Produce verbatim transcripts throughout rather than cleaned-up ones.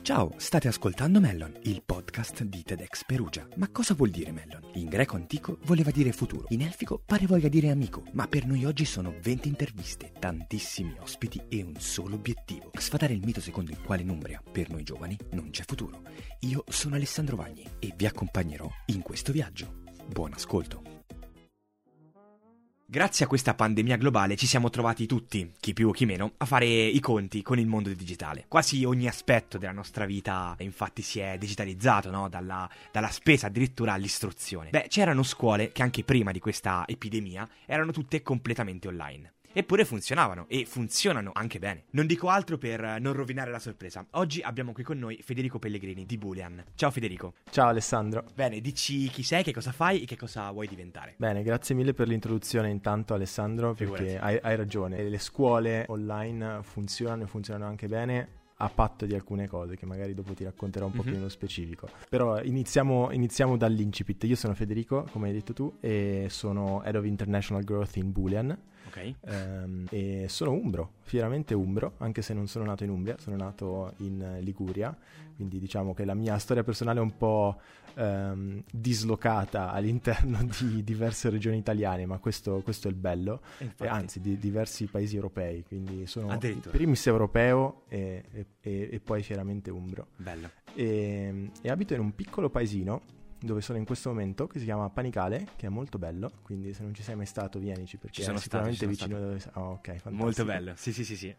Ciao, state ascoltando Mellon, il podcast di TEDx Perugia. Ma cosa vuol dire Mellon? In greco antico voleva dire futuro, in elfico pare voglia dire amico, ma per noi oggi sono venti interviste, tantissimi ospiti e un solo obiettivo: sfatare il mito secondo il quale in Umbria, per noi giovani, non c'è futuro. Io sono Alessandro Vagni e vi accompagnerò in questo viaggio. Buon ascolto. Grazie a questa pandemia globale ci siamo trovati tutti, chi più o chi meno, a fare i conti con il mondo digitale. Quasi ogni aspetto della nostra vita infatti si è digitalizzato, no? Dalla, dalla spesa addirittura all'istruzione. Beh, c'erano scuole che anche prima di questa epidemia erano tutte completamente online. Eppure funzionavano, e funzionano anche bene. Non dico altro per non rovinare la sorpresa. Oggi abbiamo qui con noi Federico Pellegrini di Boolean. Ciao Federico. Ciao Alessandro. Bene, dici chi sei, che cosa fai e che cosa vuoi diventare. Bene, grazie mille per l'introduzione intanto Alessandro, perché hai, hai ragione. Le scuole online funzionano e funzionano anche bene, a patto di alcune cose che magari dopo ti racconterò un po' mm-hmm. più nello specifico. Però iniziamo, iniziamo dall'incipit. Io sono Federico, come hai detto tu, e sono Head of International Growth in Boolean. Ok. Um, e sono umbro, fieramente umbro, anche se non sono nato in Umbria, sono nato in Liguria, quindi diciamo che la mia storia personale è un po' um, dislocata all'interno di diverse regioni italiane, ma questo, questo è il bello, e anzi di diversi paesi europei, quindi sono in primis europeo e, e, e, e poi fieramente umbro. Bello. E, e abito in un piccolo paesino dove sono in questo momento, che si chiama Panicale, che è molto bello, quindi se non ci sei mai stato vienici, perché ci sono è sicuramente stato, vicino dove sei. Oh, ok, fantastico. Molto bello, sì sì sì sì.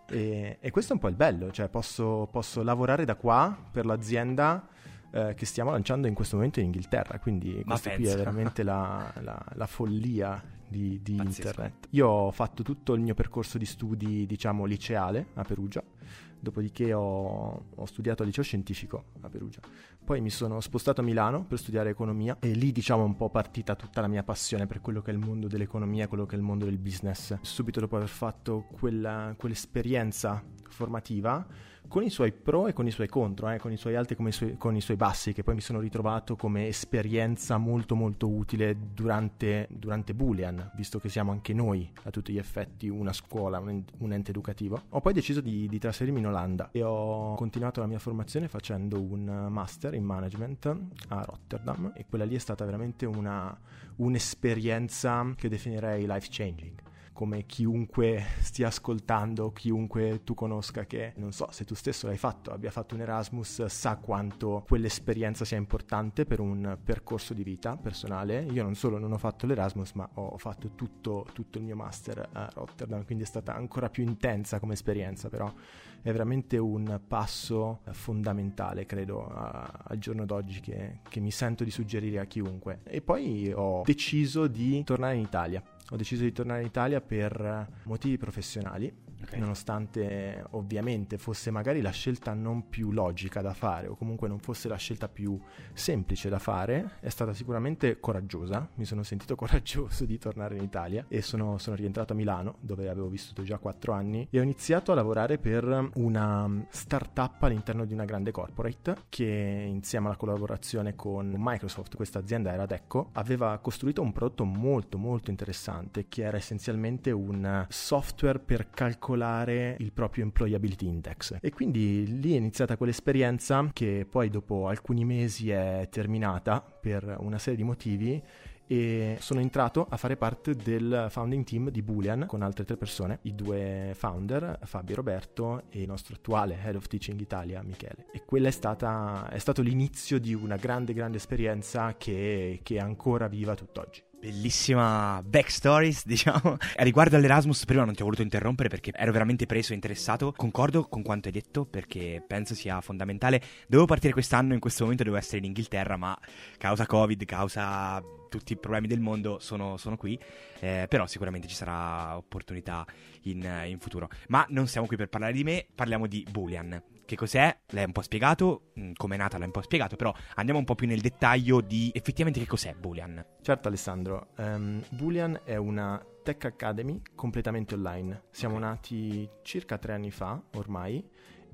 e, e questo è un po' il bello, cioè posso, posso lavorare da qua per l'azienda eh, che stiamo lanciando in questo momento in Inghilterra, quindi Ma questo penso. qui è veramente la, la, la follia di, di internet. Io ho fatto tutto il mio percorso di studi, diciamo, liceale a Perugia, dopodiché ho, ho studiato al liceo scientifico a Perugia, poi mi sono spostato a Milano per studiare economia e lì diciamo un po' partita tutta la mia passione per quello che è il mondo dell'economia, quello che è il mondo del business. Subito dopo aver fatto quella, quell'esperienza formativa, con i suoi pro e con i suoi contro, eh, con i suoi alti e con i suoi, con i suoi bassi, che poi mi sono ritrovato come esperienza molto molto utile durante, durante Boolean, visto che siamo anche noi a tutti gli effetti una scuola, un, un ente educativo. Ho poi deciso di, di trasferirmi in Olanda e ho continuato la mia formazione facendo un master in management a Rotterdam, e quella lì è stata veramente una, un'esperienza che definirei life changing. Come chiunque stia ascoltando, chiunque tu conosca che, non so, se tu stesso l'hai fatto, abbia fatto un Erasmus, sa quanto quell'esperienza sia importante per un percorso di vita personale. Io non solo non ho fatto l'Erasmus, ma ho fatto tutto, tutto il mio master a Rotterdam, quindi è stata ancora più intensa come esperienza, però è veramente un passo fondamentale, credo, a, al giorno d'oggi che, che mi sento di suggerire a chiunque. E poi ho deciso di tornare in Italia. Ho deciso di tornare in Italia per motivi professionali, okay. Nonostante ovviamente fosse magari la scelta non più logica da fare, o comunque non fosse la scelta più semplice da fare, è stata sicuramente coraggiosa. Mi sono sentito coraggioso di tornare in Italia e sono, sono rientrato a Milano, dove avevo vissuto già quattro anni, e ho iniziato a lavorare per una startup all'interno di una grande corporate che, insieme alla collaborazione con Microsoft, questa azienda era Adecco, aveva costruito un prodotto molto molto interessante, che era essenzialmente un software per calcolare il proprio employability index. E quindi lì è iniziata quell'esperienza che poi dopo alcuni mesi è terminata per una serie di motivi, e sono entrato a fare parte del founding team di Boolean con altre tre persone, i due founder, Fabio e Roberto, e il nostro attuale Head of Teaching Italia, Michele. E quella è stata è stato l'inizio di una grande grande esperienza che, che è ancora viva tutt'oggi. Bellissima backstories, diciamo. A riguardo all'Erasmus, prima non ti ho voluto interrompere perché ero veramente preso e interessato. Concordo con quanto hai detto, perché penso sia fondamentale. Dovevo partire quest'anno, in questo momento devo essere in Inghilterra, ma causa Covid, causa tutti i problemi del mondo sono, sono qui, eh, però sicuramente ci sarà opportunità in, in futuro. Ma non siamo qui per parlare di me, parliamo di Boolean. Che cos'è? L'hai un po' spiegato, come è nata l'hai un po' spiegato, però andiamo un po' più nel dettaglio di effettivamente che cos'è Boolean. Certo Alessandro, um, Boolean è una Tech Academy completamente online. Siamo okay. nati circa tre anni fa ormai,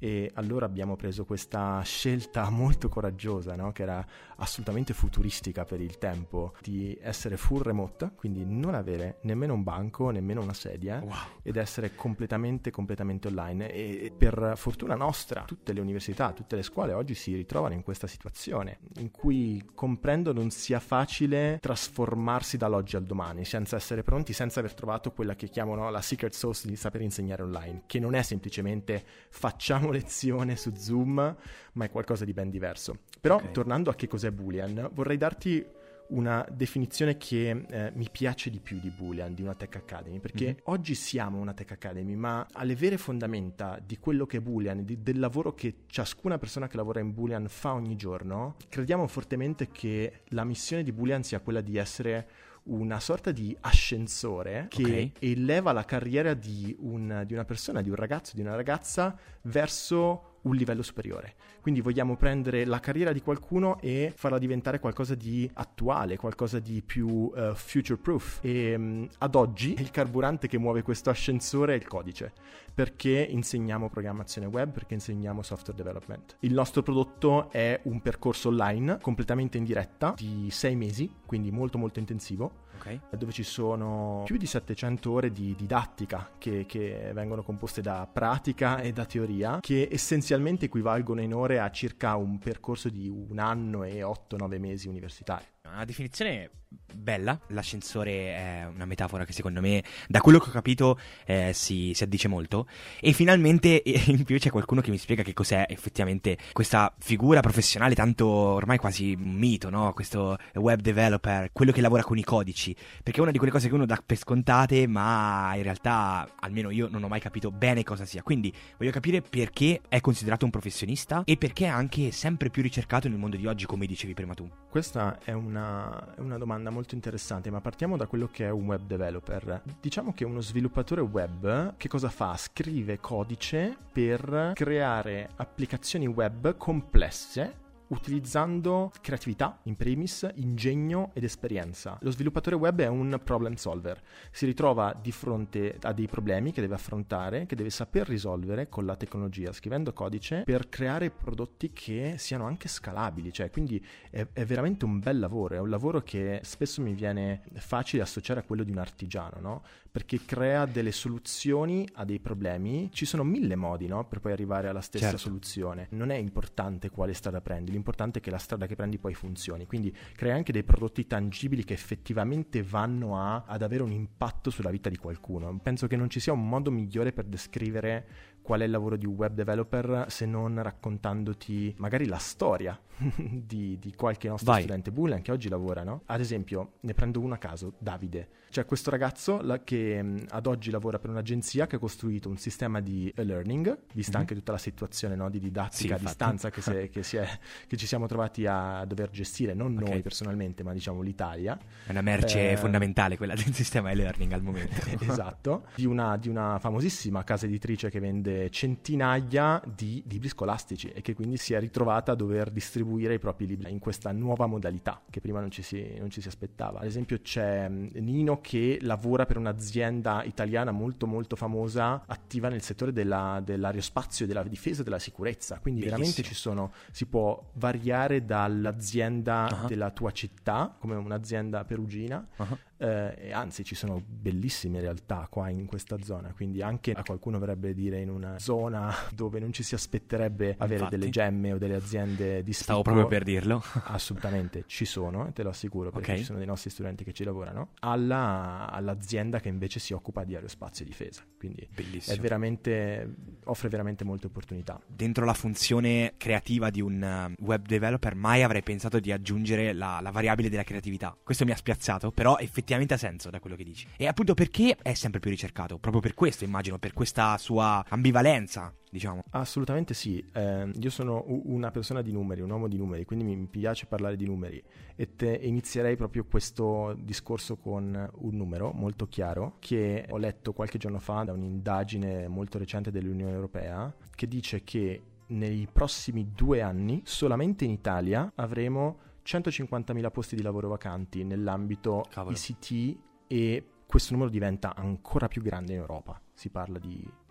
e allora abbiamo preso questa scelta molto coraggiosa, no? Che era assolutamente futuristica per il tempo, di essere full remote, quindi non avere nemmeno un banco, nemmeno una sedia, wow. ed essere completamente, completamente online. E per fortuna nostra, tutte le università, tutte le scuole oggi si ritrovano in questa situazione, in cui comprendo non sia facile trasformarsi dall'oggi al domani, senza essere pronti, senza aver trovato quella che chiamano la secret sauce di saper insegnare online, che non è semplicemente facciamo lezione su Zoom, ma è qualcosa di ben diverso. Però, okay. tornando a che cos'è Boolean, vorrei darti una definizione che eh, mi piace di più di Boolean, di una Tech Academy, perché mm-hmm. oggi siamo una Tech Academy, ma alle vere fondamenta di quello che è Boolean, di, del lavoro che ciascuna persona che lavora in Boolean fa ogni giorno, crediamo fortemente che la missione di Boolean sia quella di essere una sorta di ascensore che okay. eleva la carriera di, un, di una persona, di un ragazzo, di una ragazza verso un livello superiore. Quindi vogliamo prendere la carriera di qualcuno e farla diventare qualcosa di attuale, qualcosa di più uh, future proof. E um, ad oggi il carburante che muove questo ascensore è il codice, perché insegniamo programmazione web, perché insegniamo software development. Il nostro prodotto è un percorso online completamente in diretta di sei mesi, quindi molto molto intensivo. Okay. Dove ci sono più di settecento ore di didattica che, che vengono composte da pratica e da teoria, che essenzialmente equivalgono in ore a circa un percorso di un anno e otto nove mesi universitari. Una definizione bella, l'ascensore è una metafora che secondo me, da quello che ho capito, eh, si, si addice molto, e finalmente in più c'è qualcuno che mi spiega che cos'è effettivamente questa figura professionale tanto ormai quasi un mito, no? Questo web developer, quello che lavora con i codici, perché è una di quelle cose che uno dà per scontate, ma in realtà almeno io non ho mai capito bene cosa sia, quindi voglio capire perché è considerato un professionista e perché è anche sempre più ricercato nel mondo di oggi, come dicevi prima tu. Questa è una, è una domanda molto interessante, ma partiamo da quello che è un web developer. Diciamo che uno sviluppatore web che cosa fa? Scrive codice per creare applicazioni web complesse utilizzando creatività, in primis, ingegno ed esperienza. Lo sviluppatore web è un problem solver, si ritrova di fronte a dei problemi che deve affrontare, che deve saper risolvere con la tecnologia, scrivendo codice per creare prodotti che siano anche scalabili, cioè quindi è, è veramente un bel lavoro, è un lavoro che spesso mi viene facile associare a quello di un artigiano, no? Perché crea delle soluzioni a dei problemi. Ci sono mille modi, no? Per poi arrivare alla stessa certo. soluzione. Non è importante quale strada prendi, l'importante è che la strada che prendi poi funzioni. Quindi crea anche dei prodotti tangibili che effettivamente vanno a, ad avere un impatto sulla vita di qualcuno. Penso che non ci sia un modo migliore per descrivere qual è il lavoro di un web developer se non raccontandoti magari la storia di, di qualche nostro Vai. studente Boolean che oggi lavora, no? Ad esempio, ne prendo uno a caso, Davide. C'è questo ragazzo la, che mh, ad oggi lavora per un'agenzia che ha costruito un sistema di e-learning, vista mm-hmm. anche tutta la situazione, no, di didattica sì, a distanza che, se, che, si è, che ci siamo trovati a dover gestire, non okay. noi personalmente, ma diciamo l'Italia. È una merce eh, fondamentale quella del sistema e-learning al momento. Esatto, di una, di una famosissima casa editrice che vende centinaia di libri scolastici e che quindi si è ritrovata a dover distribuire i propri libri in questa nuova modalità che prima non ci si, non ci si aspettava. Ad esempio c'è Nino che lavora per un'azienda italiana molto molto famosa, attiva nel settore della, dell'aerospazio, della difesa e della sicurezza, quindi Bellissimo. veramente ci sono, si può variare dall'azienda uh-huh. della tua città come un'azienda perugina uh-huh. eh, e anzi ci sono bellissime realtà qua in questa zona, quindi anche a qualcuno verrebbe dire in una zona dove non ci si aspetterebbe avere Infatti. delle gemme o delle aziende di spicco. Stavo proprio per dirlo. Assolutamente, ci sono, te lo assicuro, perché okay. ci sono dei nostri studenti che ci lavorano, alla, all'azienda che invece si occupa di aerospazio e difesa, quindi Bellissimo. è veramente, offre veramente molte opportunità. Dentro la funzione creativa di un web developer mai avrei pensato di aggiungere la, la variabile della creatività. Questo mi ha spiazzato, però effettivamente ha senso da quello che dici. E appunto perché è sempre più ricercato? Proprio per questo, immagino, per questa sua ambivalenza, diciamo. Assolutamente sì, eh, io sono una persona di numeri, un uomo di numeri, quindi mi piace parlare di numeri e te inizierei proprio questo discorso con un numero molto chiaro che ho letto qualche giorno fa da un'indagine molto recente dell'Unione Europea che dice che nei prossimi due anni solamente in Italia avremo centocinquantamila posti di lavoro vacanti nell'ambito Cavolo. I C T e questo numero diventa ancora più grande in Europa. Si parla di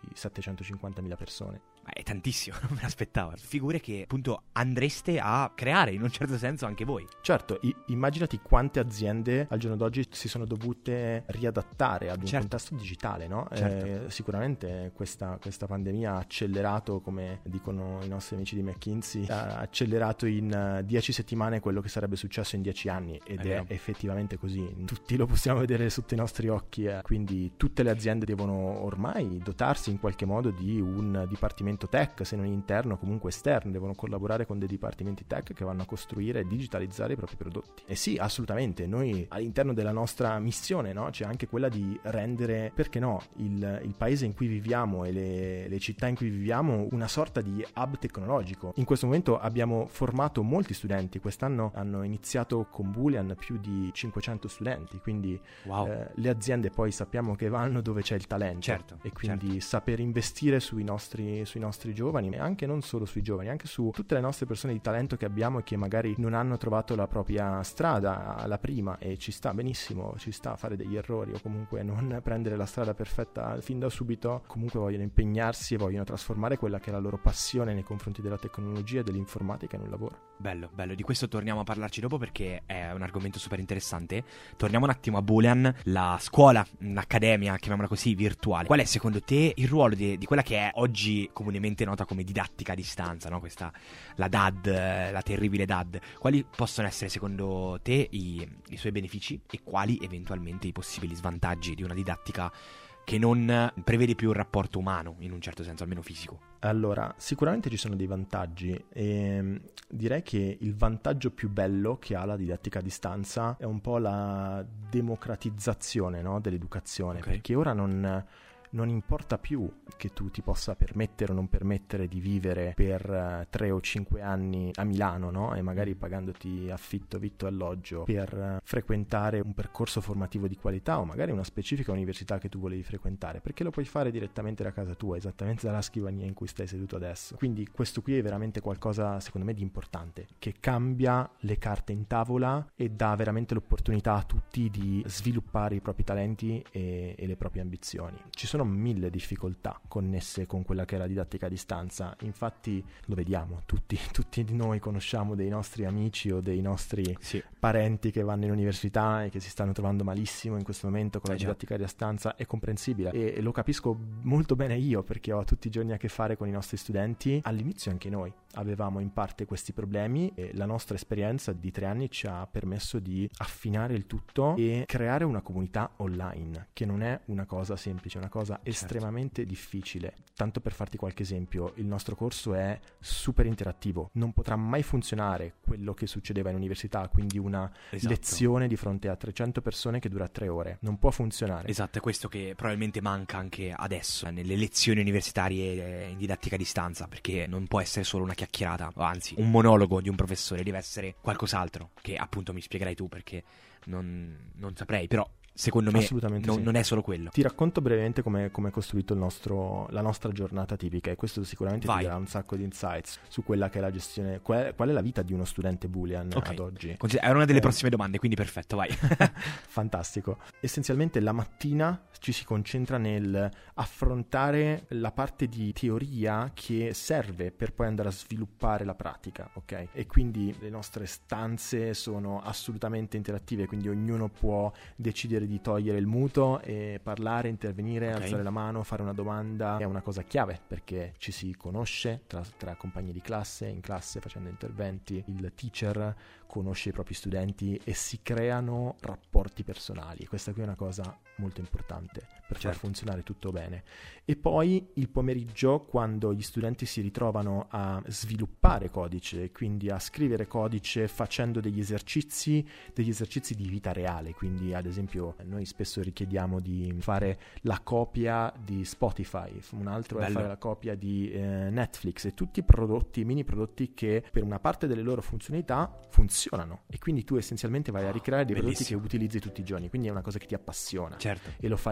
settecentocinquantamila persone. È tantissimo, non me l'aspettavo. Figure che appunto andreste a creare in un certo senso anche voi. Certo, i- immaginati quante aziende al giorno d'oggi si sono dovute riadattare ad un certo. contesto digitale, no? Certo. Eh, sicuramente questa, questa pandemia ha accelerato, come dicono i nostri amici di McKinsey, ha accelerato in dieci settimane quello che sarebbe successo in dieci anni, ed è, è effettivamente così. Tutti lo possiamo vedere sotto i nostri occhi, eh. Quindi tutte le aziende devono ormai dotarsi in qualche modo di un dipartimento tech, se non interno comunque esterno, devono collaborare con dei dipartimenti tech che vanno a costruire e digitalizzare i propri prodotti. E sì, assolutamente, noi all'interno della nostra missione, no, c'è anche quella di rendere, perché no, il, il paese in cui viviamo e le, le città in cui viviamo una sorta di hub tecnologico. In questo momento abbiamo formato molti studenti, quest'anno hanno iniziato con Boolean più di cinquecento studenti, quindi wow. eh, le aziende poi sappiamo che vanno dove c'è il talento, certo, e quindi certo. saper investire sui nostri, sui nostri giovani, e anche non solo sui giovani, anche su tutte le nostre persone di talento che abbiamo e che magari non hanno trovato la propria strada alla prima, e ci sta benissimo, ci sta a fare degli errori o comunque non prendere la strada perfetta fin da subito. Comunque vogliono impegnarsi e vogliono trasformare quella che è la loro passione nei confronti della tecnologia e dell'informatica in un lavoro. Bello, bello, di questo torniamo a parlarci dopo perché è un argomento super interessante. Torniamo un attimo a Boolean, la scuola, l'accademia, chiamiamola così, virtuale. Qual è secondo te il ruolo di, di quella che è oggi comunemente nota come didattica a distanza, no? Questa, la D A D, la terribile D A D. Quali possono essere secondo te i, i suoi benefici e quali eventualmente i possibili svantaggi di una didattica che non prevede più un rapporto umano, in un certo senso, almeno fisico? Allora, sicuramente ci sono dei vantaggi, e direi che il vantaggio più bello che ha la didattica a distanza è un po' la democratizzazione, no, dell'educazione, okay. Perché ora non... non importa più che tu ti possa permettere o non permettere di vivere per uh, tre o cinque anni a Milano, no? E magari pagandoti affitto, vitto e alloggio per uh, frequentare un percorso formativo di qualità o magari una specifica università che tu volevi frequentare, perché lo puoi fare direttamente da casa tua, esattamente dalla scrivania in cui stai seduto adesso. Quindi questo qui è veramente qualcosa, secondo me, di importante, che cambia le carte in tavola e dà veramente l'opportunità a tutti di sviluppare i propri talenti e, e le proprie ambizioni. Ci sono mille difficoltà connesse con quella che è la didattica a distanza, infatti lo vediamo tutti, tutti di noi conosciamo dei nostri amici o dei nostri sì. parenti che vanno in università e che si stanno trovando malissimo in questo momento con la eh didattica a distanza. È comprensibile e, e lo capisco molto bene io, perché ho tutti i giorni a che fare con i nostri studenti. All'inizio anche noi avevamo in parte questi problemi e la nostra esperienza di tre anni ci ha permesso di affinare il tutto e creare una comunità online, che non è una cosa semplice, è una cosa estremamente certo. difficile. Tanto per farti qualche esempio, il nostro corso è super interattivo, non potrà mai funzionare quello che succedeva in università, quindi una esatto. lezione di fronte a trecento persone che dura tre ore, non può funzionare. Esatto, è questo che probabilmente manca anche adesso nelle lezioni universitarie in didattica a distanza, perché non può essere solo una chiacchierata, o anzi un monologo di un professore, deve essere qualcos'altro, che appunto mi spiegherai tu perché non, non saprei, però secondo me non, sì. non è solo quello. Ti racconto brevemente come è costruito il nostro, la nostra giornata tipica, e questo sicuramente Vai. ti darà un sacco di insights su quella che è la gestione, qual è, qual è la vita di uno studente Boolean okay. ad oggi. Era una delle eh, prossime domande, quindi perfetto, vai. Fantastico. Essenzialmente la mattina ci si concentra nel affrontare la parte di teoria che serve per poi andare a sviluppare la pratica, ok? E quindi le nostre stanze sono assolutamente interattive, quindi ognuno può decidere di togliere il muto e parlare, intervenire, okay. alzare la mano, fare una domanda. È una cosa chiave perché ci si conosce tra, tra compagni di classe, in classe facendo interventi, il teacher conosce i propri studenti e si creano rapporti personali. Questa qui è una cosa molto importante per certo. far funzionare tutto bene. E poi il pomeriggio, quando gli studenti si ritrovano a sviluppare codice, quindi a scrivere codice facendo degli esercizi, degli esercizi di vita reale, quindi ad esempio noi spesso richiediamo di fare la copia di Spotify, un altro Bello. È fare la copia di eh, Netflix, e tutti prodotti, mini prodotti che per una parte delle loro funzionalità funzionano, e quindi tu essenzialmente vai a ricreare dei Bellissimo. Prodotti che utilizzi tutti i giorni, quindi è una cosa che ti appassiona certo. e lo fai, lo fai volentieri.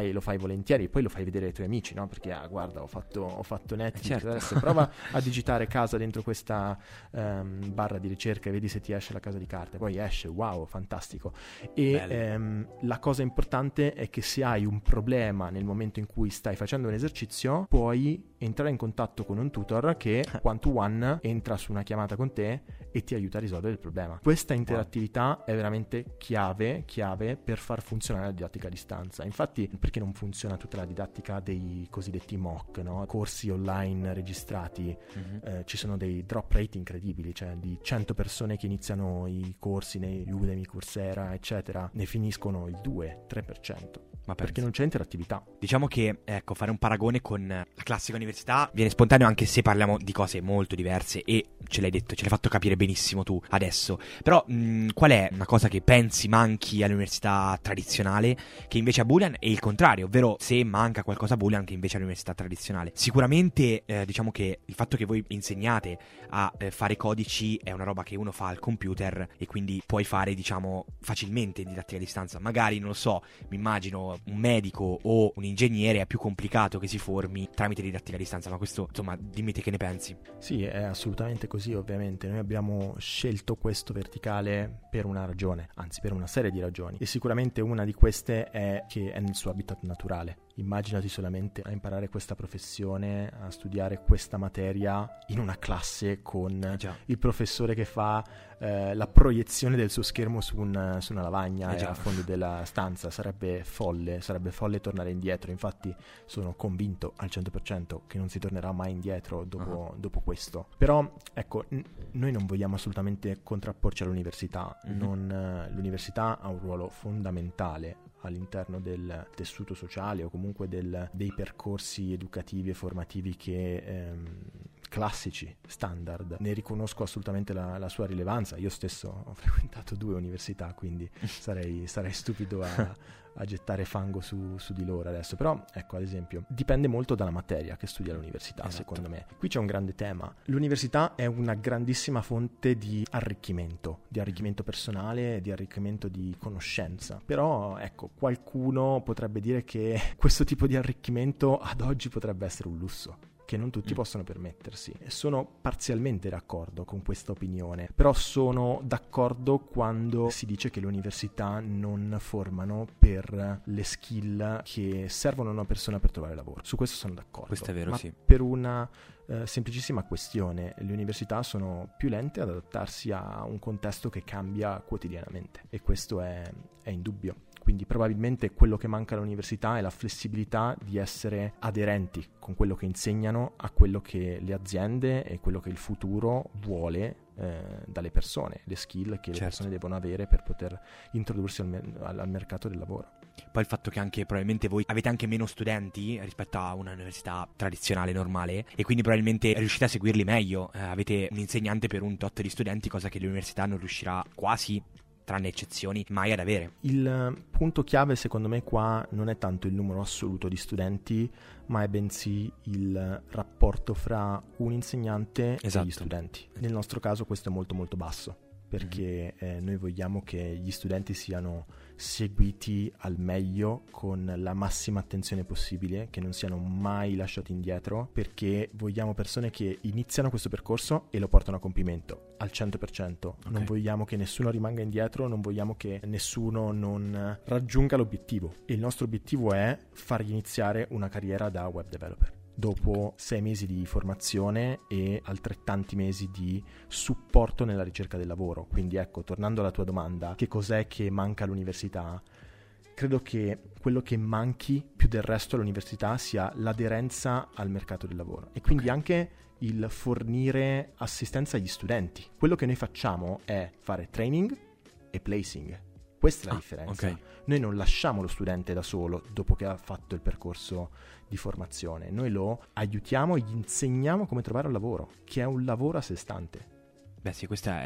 volentieri, poi lo fai vedere ai tuoi amici, no? Perché ah, guarda, ho fatto, ho fatto Netflix, certo. adesso prova a digitare casa dentro questa um, barra di ricerca e vedi se ti esce la casa di carte. Poi esce, wow, fantastico. E um, la cosa importante è che se hai un problema nel momento in cui stai facendo un esercizio, puoi entrare in contatto con un tutor che one to one entra su una chiamata con te e ti aiuta a risolvere il problema. Questa interattività wow. è veramente chiave, chiave per far funzionare la didattica a distanza. Infatti, perché non funziona tutta la didattica dei cosiddetti M O C, no? Corsi online registrati, mm-hmm. eh, ci sono dei drop rate incredibili, cioè di cento persone che iniziano i corsi nei Udemy, Coursera, eccetera, ne finiscono il due tre per cento. Ma perché non c'è interattività. Diciamo che, ecco, fare un paragone con la classica università viene spontaneo, anche se parliamo di cose molto diverse, e ce l'hai detto, ce l'hai fatto capire benissimo tu adesso. Però mh, qual è una cosa che pensi manchi all'università tradizionale che invece a Boolean è il contrario, ovvero se manca qualcosa a Boolean che invece all'università tradizionale? Sicuramente eh, diciamo che il fatto che voi insegnate a eh, fare codici è una roba che uno fa al computer e quindi puoi fare, diciamo, facilmente in didattica a distanza. Magari, non lo so, mi immagino un medico o un ingegnere è più complicato che si formi tramite didattica a distanza, ma questo, insomma, dimmi te che ne pensi. Sì, è assolutamente così, ovviamente. Noi abbiamo scelto questo verticale per una ragione, anzi per una serie di ragioni, e sicuramente una di queste è che è nel suo habitat naturale. Immaginati solamente a imparare questa professione, a studiare questa materia in una classe con eh il professore che fa eh, la proiezione del suo schermo su, un, su una lavagna eh a fondo della stanza. Sarebbe folle, sarebbe folle tornare indietro. Infatti sono convinto al cento per cento che non si tornerà mai indietro dopo, uh-huh. dopo questo. Però ecco, n- noi non vogliamo assolutamente contrapporci all'università. Uh-huh. Non, l'università ha un ruolo fondamentale all'interno del tessuto sociale o comunque del, dei percorsi educativi e formativi che ehm, classici, standard. Ne riconosco assolutamente la, la sua rilevanza. Io stesso ho frequentato due università, quindi sarei, sarei stupido a, a gettare fango su, su di loro adesso. Però ecco, ad esempio, dipende molto dalla materia che studia all'università, esatto. Secondo me. Qui c'è un grande tema. L'università è una grandissima fonte di arricchimento, di arricchimento personale, di arricchimento di conoscenza. Però ecco, qualcuno potrebbe dire che questo tipo di arricchimento ad oggi potrebbe essere un lusso che non tutti mm. possono permettersi. Sono parzialmente d'accordo con questa opinione, però sono d'accordo quando si dice che le università non formano per le skill che servono a una persona per trovare lavoro. Su questo sono d'accordo. Questo è vero, ma sì. Per una eh, semplicissima questione: le università sono più lente ad adattarsi a un contesto che cambia quotidianamente, e questo è, è indubbio. Quindi probabilmente quello che manca all'università è la flessibilità di essere aderenti con quello che insegnano a quello che le aziende e quello che il futuro vuole eh, dalle persone, le skill che certo. le persone devono avere per poter introdursi al, me- al mercato del lavoro. Poi il fatto che anche probabilmente voi avete anche meno studenti rispetto a una università tradizionale normale, e quindi probabilmente riuscite a seguirli meglio, eh, avete un insegnante per un tot di studenti, cosa che l'università non riuscirà quasi, tranne eccezioni, mai ad avere. Il punto chiave secondo me qua non è tanto il numero assoluto di studenti, ma è bensì il rapporto fra un insegnante esatto. e gli studenti. Nel nostro caso questo è molto molto basso, perché mm-hmm. eh, noi vogliamo che gli studenti siano seguiti al meglio con la massima attenzione possibile, che non siano mai lasciati indietro, perché vogliamo persone che iniziano questo percorso e lo portano a compimento al cento per cento. Okay. Non vogliamo che nessuno rimanga indietro, non vogliamo che nessuno non raggiunga l'obiettivo, e il nostro obiettivo è fargli iniziare una carriera da web developer dopo sei mesi di formazione e altrettanti mesi di supporto nella ricerca del lavoro. Quindi ecco, tornando alla tua domanda, che cos'è che manca all'università? Credo che quello che manchi più del resto all'università sia l'aderenza al mercato del lavoro, e quindi okay. anche il fornire assistenza agli studenti. Quello che noi facciamo è fare training e placing. Questa è la ah, differenza. Okay. Noi non lasciamo lo studente da solo dopo che ha fatto il percorso di formazione. Noi lo aiutiamo e gli insegniamo come trovare un lavoro, che è un lavoro a sé stante. Beh sì, questa è,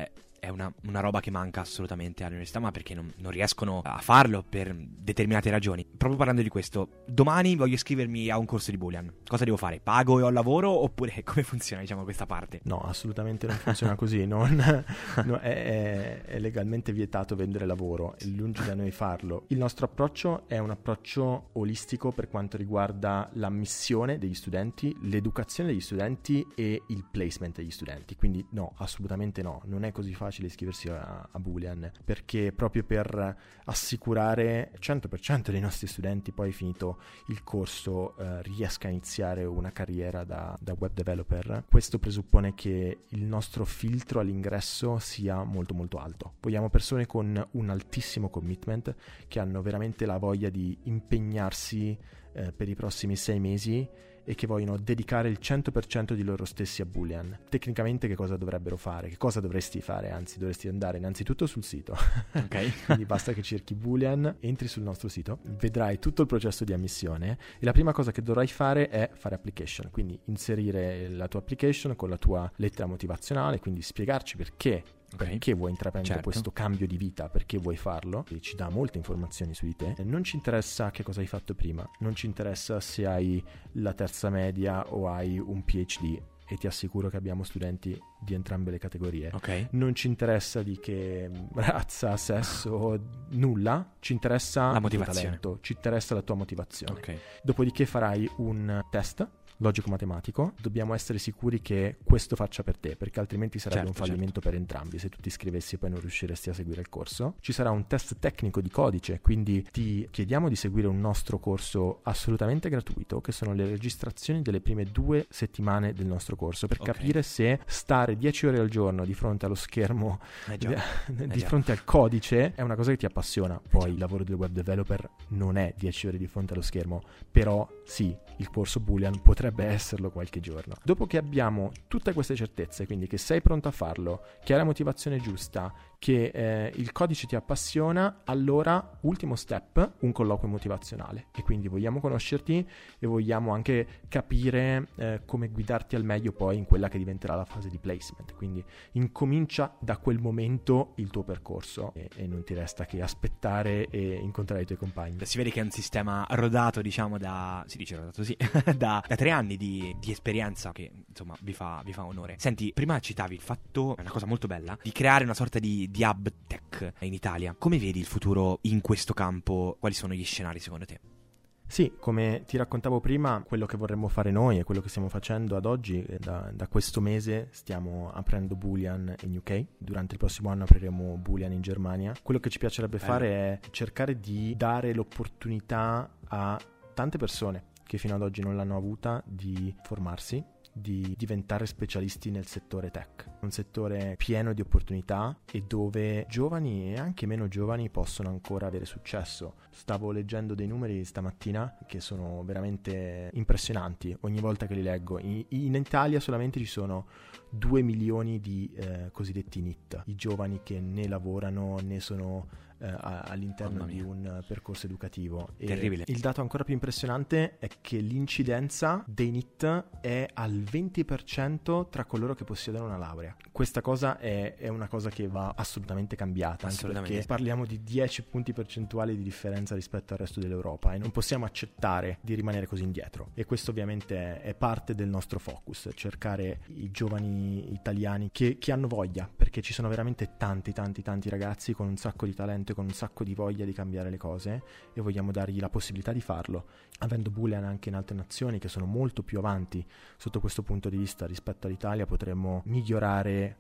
è una, una roba che manca assolutamente all'università, ma perché non, non riescono a farlo per determinate ragioni. Proprio parlando di questo, domani voglio iscrivermi a un corso di Boolean, cosa devo fare? Pago e ho lavoro, oppure come funziona, diciamo, questa parte? No, assolutamente non funziona così, non, no, è, è legalmente vietato vendere lavoro, è lungi da noi farlo. Il nostro approccio è un approccio olistico per quanto riguarda l'ammissione degli studenti, l'educazione degli studenti e il placement degli studenti, quindi no, assolutamente no, non è così facile iscriversi a, a Boolean, perché proprio per assicurare il cento per cento dei nostri studenti poi finito il corso eh, riesca a iniziare una carriera da, da web developer, questo presuppone che il nostro filtro all'ingresso sia molto molto alto. Vogliamo persone con un altissimo commitment, che hanno veramente la voglia di impegnarsi eh, per i prossimi sei mesi e che vogliono dedicare il cento per cento di loro stessi a Boolean. Tecnicamente che cosa dovrebbero fare? Che cosa dovresti fare? Anzi, dovresti andare innanzitutto sul sito. Ok. Quindi basta che cerchi Boolean, entri sul nostro sito, vedrai tutto il processo di ammissione e la prima cosa che dovrai fare è fare application, quindi inserire la tua application con la tua lettera motivazionale, quindi spiegarci perché Okay. perché vuoi intraprendere Certo. questo cambio di vita, perché vuoi farlo, e ci dà molte informazioni su di te. Non ci interessa che cosa hai fatto prima, non ci interessa se hai la terza media o hai un P H D, e ti assicuro che abbiamo studenti di entrambe le categorie. Ok. Non ci interessa di che razza, sesso, nulla, ci interessa La il tuo motivazione. talento, ci interessa la tua motivazione. Ok. Dopodiché farai un test logico-matematico, dobbiamo essere sicuri che questo faccia per te, perché altrimenti sarebbe Certo, un fallimento per entrambi se tu ti iscrivessi e poi non riusciresti a seguire il corso. Ci sarà un test tecnico di codice, quindi ti chiediamo di seguire un nostro corso assolutamente gratuito, che sono le registrazioni delle prime due settimane del nostro corso, per Ok. capire se stare dieci ore al giorno di fronte allo schermo, Eh già. di Eh già. fronte al codice, è una cosa che ti appassiona. Poi il lavoro del web developer non è dieci ore di fronte allo schermo, però sì, il corso Boolean potrebbe esserlo qualche giorno. Dopo che abbiamo tutte queste certezze, quindi che sei pronto a farlo, che hai la motivazione giusta, che eh, il codice ti appassiona, allora ultimo step, un colloquio motivazionale, e quindi vogliamo conoscerti e vogliamo anche capire eh, come guidarti al meglio poi in quella che diventerà la fase di placement. Quindi incomincia da quel momento il tuo percorso e, e non ti resta che aspettare e incontrare i tuoi compagni. Si vede che è un sistema rodato, diciamo, da... si dice rodato, sì, da, da tre anni di, di esperienza, che insomma vi fa, vi fa onore. Senti, prima citavi il fatto, è una cosa molto bella, di creare una sorta di, di hub tech in Italia. Come vedi il futuro in questo campo? Quali sono gli scenari secondo te? Sì, come ti raccontavo prima, quello che vorremmo fare noi e quello che stiamo facendo ad oggi, da, da questo mese stiamo aprendo Boolean in U K, durante il prossimo anno apriremo Boolean in Germania. Quello che ci piacerebbe Bello. fare è cercare di dare l'opportunità a tante persone che fino ad oggi non l'hanno avuta di formarsi, di diventare specialisti nel settore tech, un settore pieno di opportunità e dove giovani e anche meno giovani possono ancora avere successo. Stavo leggendo dei numeri stamattina che sono veramente impressionanti ogni volta che li leggo. In, in Italia solamente ci sono due milioni di eh, cosiddetti N I T, i giovani che né lavorano né sono eh, all'interno di un percorso educativo. E terribile. il dato ancora più impressionante è che l'incidenza dei N I T è al venti per cento tra coloro che possiedono una laurea. Questa cosa è, è una cosa che va assolutamente cambiata, anche Assolutamente. perché parliamo di dieci punti percentuali di differenza rispetto al resto dell'Europa e non possiamo accettare di rimanere così indietro, e questo ovviamente è parte del nostro focus, cercare i giovani italiani che, che hanno voglia, perché ci sono veramente tanti tanti tanti ragazzi con un sacco di talento e con un sacco di voglia di cambiare le cose, e vogliamo dargli la possibilità di farlo, avendo Boolean anche in altre nazioni che sono molto più avanti sotto questo punto di vista rispetto all'Italia. Potremmo migliorare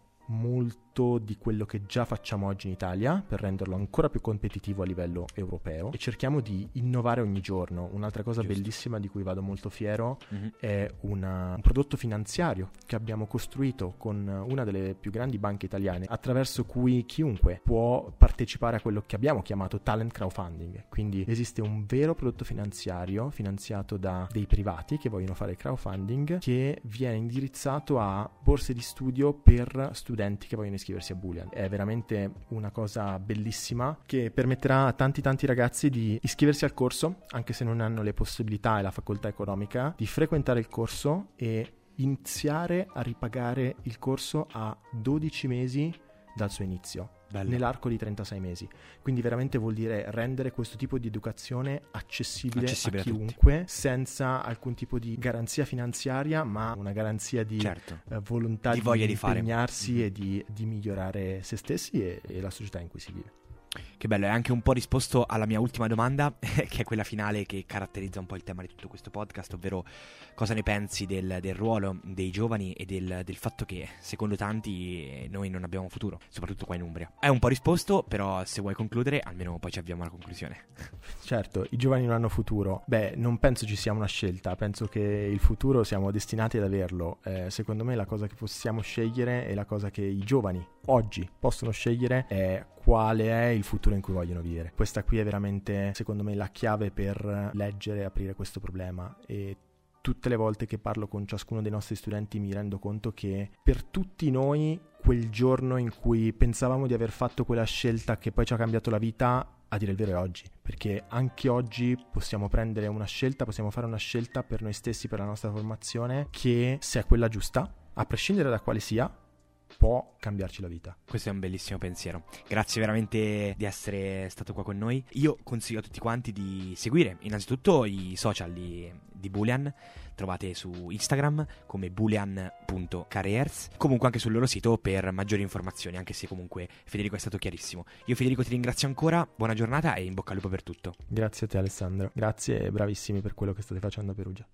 molto di quello che già facciamo oggi in Italia per renderlo ancora più competitivo a livello europeo, e cerchiamo di innovare ogni giorno. Un'altra cosa Giusto. bellissima di cui vado molto fiero Mm-hmm. è una, un prodotto finanziario che abbiamo costruito con una delle più grandi banche italiane, attraverso cui chiunque può partecipare a quello che abbiamo chiamato talent crowdfunding. Quindi esiste un vero prodotto finanziario finanziato da dei privati che vogliono fare crowdfunding, che viene indirizzato a borse di studio per studenti che vogliono iscriversi a Boolean. È veramente una cosa bellissima che permetterà a tanti tanti ragazzi di iscriversi al corso, anche se non hanno le possibilità e la facoltà economica, di frequentare il corso e iniziare a ripagare il corso a dodici mesi dal suo inizio. Bello. Nell'arco di trentasei mesi. Quindi veramente vuol dire rendere questo tipo di educazione accessibile, accessibile a a chiunque, tutti. Senza alcun tipo di garanzia finanziaria, ma una garanzia di certo. eh, volontà di, di, voglia di impegnarsi di fare. e di, di migliorare se stessi e, e la società in cui si vive. Che bello, è anche un po' risposto alla mia ultima domanda, che è quella finale che caratterizza un po' il tema di tutto questo podcast, ovvero cosa ne pensi del, del ruolo dei giovani e del, del fatto che secondo tanti noi non abbiamo futuro, soprattutto qua in Umbria. È un po' risposto, però se vuoi concludere almeno poi ci avviamo alla conclusione. Certo, i giovani non hanno futuro. Beh, non penso ci sia una scelta, penso che il futuro siamo destinati ad averlo. Eh, secondo me la cosa che possiamo scegliere e la cosa che i giovani oggi possono scegliere è quale è il futuro in cui vogliono vivere. Questa qui è veramente, secondo me, la chiave per leggere e aprire questo problema. E tutte le volte che parlo con ciascuno dei nostri studenti mi rendo conto che per tutti noi quel giorno in cui pensavamo di aver fatto quella scelta che poi ci ha cambiato la vita, a dire il vero, è oggi. Perché anche oggi possiamo prendere una scelta, possiamo fare una scelta per noi stessi, per la nostra formazione, che se è quella giusta, a prescindere da quale sia, può cambiarci la vita. Questo è un bellissimo pensiero. Grazie veramente di essere stato qua con noi. Io consiglio a tutti quanti di seguire innanzitutto i social di, di Boolean. Trovate su Instagram come boolean punto careers, comunque anche sul loro sito per maggiori informazioni, anche se comunque Federico è stato chiarissimo. Io Federico ti ringrazio ancora, buona giornata e in bocca al lupo per tutto. Grazie a te Alessandro, grazie e bravissimi per quello che state facendo a Perugia.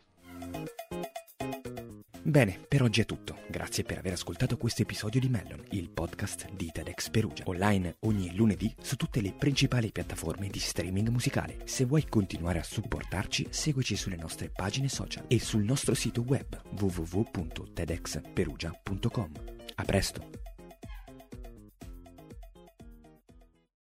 Bene, per oggi è tutto. Grazie per aver ascoltato questo episodio di Mellon, il podcast di TEDx Perugia. Online ogni lunedì su tutte le principali piattaforme di streaming musicale. Se vuoi continuare a supportarci, seguici sulle nostre pagine social e sul nostro sito web w w w punto tedx perugia punto com. A presto!